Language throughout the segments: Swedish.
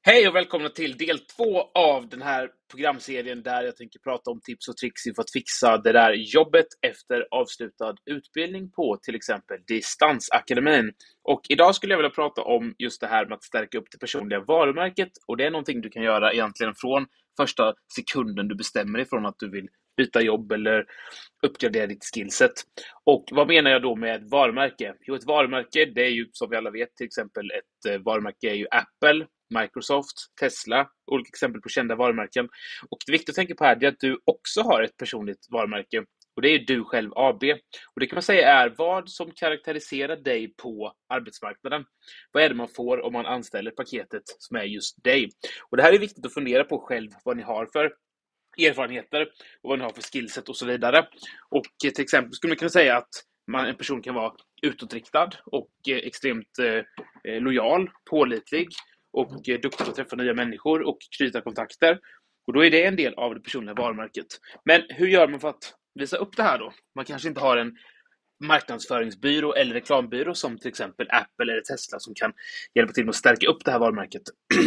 Hej och välkomna till del 2 av den här programserien där jag tänker prata om tips och tricks för att fixa det där jobbet efter avslutad utbildning på till exempel Distansakademin. Och idag skulle jag vilja prata om just det här med att stärka upp det personliga varumärket, och det är någonting du kan göra egentligen från första sekunden du bestämmer dig från att du vill byta jobb eller uppgradera ditt skillset. Och vad menar jag då med varumärke? Jo, ett varumärke, det är ju som vi alla vet, till exempel ett varumärke är ju Apple, Microsoft, Tesla, olika exempel på kända varumärken. Och det viktiga att tänka på här är att du också har ett personligt varumärke. Och det är du själv AB. Och det kan man säga är vad som karaktäriserar dig på arbetsmarknaden. Vad är det man får om man anställer paketet som är just dig? Och det här är viktigt att fundera på själv, vad ni har för erfarenheter och vad ni har för skillset och så vidare. Och till exempel skulle man kunna säga att en person kan vara utåtriktad och extremt lojal, pålitlig och duktig att träffa nya människor och knyta kontakter. Och då är det en del av det personliga varumärket. Men hur gör man för att visa upp det här då? Man kanske inte har en marknadsföringsbyrå eller reklambyrå som till exempel Apple eller Tesla som kan hjälpa till med att stärka upp det här varumärket.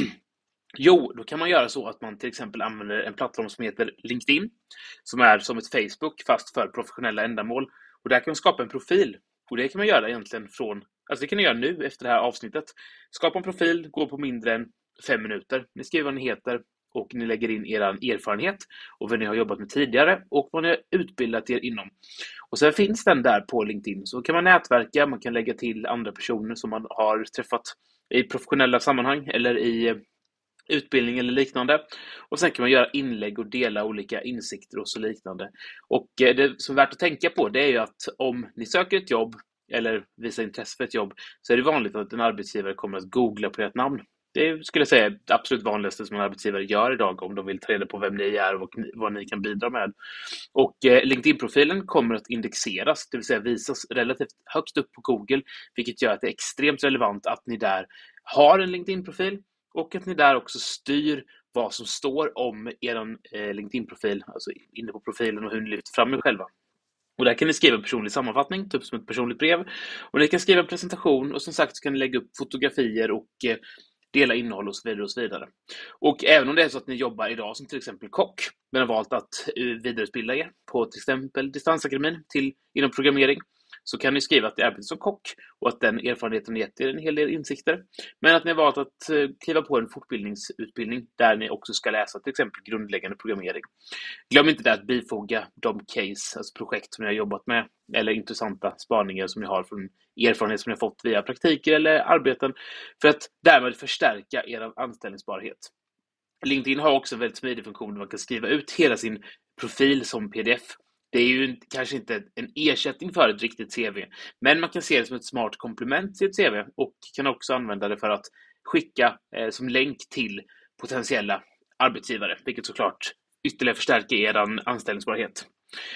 Jo, då kan man göra så att man till exempel använder en plattform som heter LinkedIn, som är som ett Facebook fast för professionella ändamål. Och där kan man skapa en profil. Och det kan man göra egentligen det kan ni göra nu efter det här avsnittet. Skapa en profil, gå på mindre än 5 minuter. Ni skriver vad ni heter och ni lägger in er erfarenhet och vad ni har jobbat med tidigare och vad ni har utbildat er inom. Och sen finns den där på LinkedIn, så kan man nätverka, man kan lägga till andra personer som man har träffat i professionella sammanhang eller i utbildning eller liknande. Och sen kan man göra inlägg och dela olika insikter och så liknande. Och det som är värt att tänka på, det är ju att om ni söker ett jobb eller visar intresse för ett jobb, så är det vanligt att en arbetsgivare kommer att googla på ert namn. Det skulle jag säga är det absolut vanligaste som en arbetsgivare gör idag om de vill ta reda på vem ni är och vad ni kan bidra med. Och LinkedIn-profilen kommer att indexeras, det vill säga visas relativt högt upp på Google, vilket gör att det är extremt relevant att ni där har en LinkedIn-profil och att ni där också styr vad som står om er LinkedIn-profil, alltså inne på profilen och hur ni lyfter fram er själva. Och där kan ni skriva en personlig sammanfattning, typ som ett personligt brev. Och ni kan skriva en presentation och som sagt så kan ni lägga upp fotografier och dela innehåll och så vidare och så vidare. Och även om det är så att ni jobbar idag som till exempel kock, men har valt att vidareutbilda er på till exempel Distansakademin inom programmering, så kan ni skriva att ni arbetar som kock och att den erfarenheten gett er en hel del insikter. Men att ni har valt att kliva på en fortbildningsutbildning där ni också ska läsa till exempel grundläggande programmering. Glöm inte att bifoga de case, alltså projekt som ni har jobbat med eller intressanta spaningar som ni har från erfarenhet som ni har fått via praktiker eller arbeten, för att därmed förstärka er anställningsbarhet. LinkedIn har också en väldigt smidig funktion där man kan skriva ut hela sin profil som pdf. Det är ju kanske inte en ersättning för ett riktigt CV, men man kan se det som ett smart komplement till ett CV och kan också använda det för att skicka som länk till potentiella arbetsgivare, vilket såklart ytterligare förstärker er anställningsbarhet.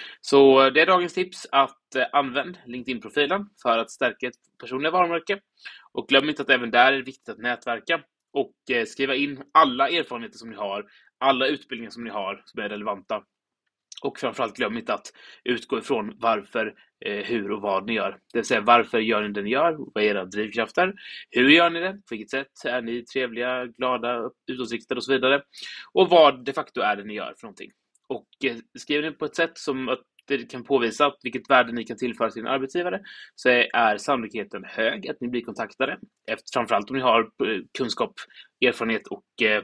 Så det är dagens tips, att använda LinkedIn-profilen för att stärka ett personligt varumärke. Och glöm inte att även där är det viktigt att nätverka och skriva in alla erfarenheter som ni har, alla utbildningar som ni har som är relevanta. Och framförallt glöm inte att utgå ifrån varför, hur och vad ni gör. Det vill säga varför gör ni det ni gör? Vad är era drivkrafter? Hur gör ni det? På vilket sätt är ni trevliga, glada, utåtriktade och så vidare? Och vad de facto är det ni gör för någonting? Och skriver ni på ett sätt som att det kan påvisa vilket värde ni kan tillföra sin arbetsgivare, så är sannolikheten hög att ni blir kontaktade. Framförallt om ni har kunskap, erfarenhet och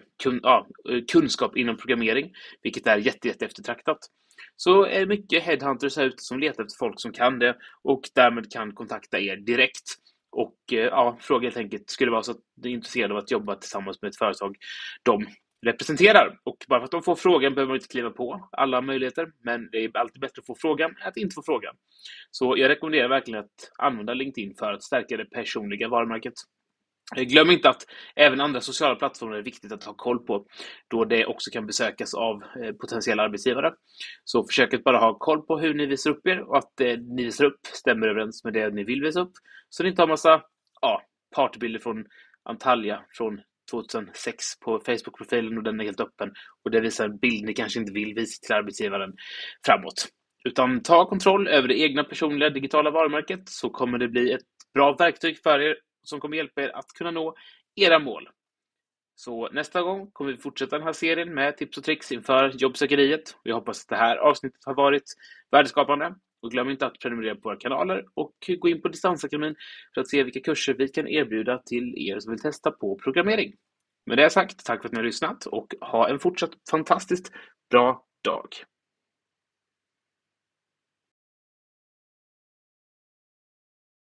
kunskap inom programmering, vilket är jätte eftertraktat. Så är det mycket headhunters här ute som letar efter folk som kan det och därmed kan kontakta er direkt. Och fråga helt enkelt, skulle det vara så att ni är intresserade av att jobba tillsammans med ett företag de representerar. Och bara för att de får frågan behöver man inte kliva på alla möjligheter, men det är alltid bättre att få frågan än att inte få frågan. Så jag rekommenderar verkligen att använda LinkedIn för att stärka det personliga varumärket. Glöm inte att även andra sociala plattformar är viktigt att ha koll på, då det också kan besökas av potentiella arbetsgivare. Så försök att bara ha koll på hur ni visar upp er och att det ni visar upp stämmer överens med det ni vill visa upp. Så ni inte har massa partybilder från Antalya från 2006 på Facebook-profilen och den är helt öppen. Och det visar en bild ni kanske inte vill visa till arbetsgivaren framåt. Utan ta kontroll över det egna personliga digitala varumärket, så kommer det bli ett bra verktyg för er som kommer hjälpa er att kunna nå era mål. Så nästa gång kommer vi fortsätta den här serien med tips och tricks inför jobbsökeriet. Jag hoppas att det här avsnittet har varit värdeskapande. Och glöm inte att prenumerera på våra kanaler och gå in på Distansakademin för att se vilka kurser vi kan erbjuda till er som vill testa på programmering. Med det sagt, tack för att ni har lyssnat och ha en fortsatt fantastiskt bra dag.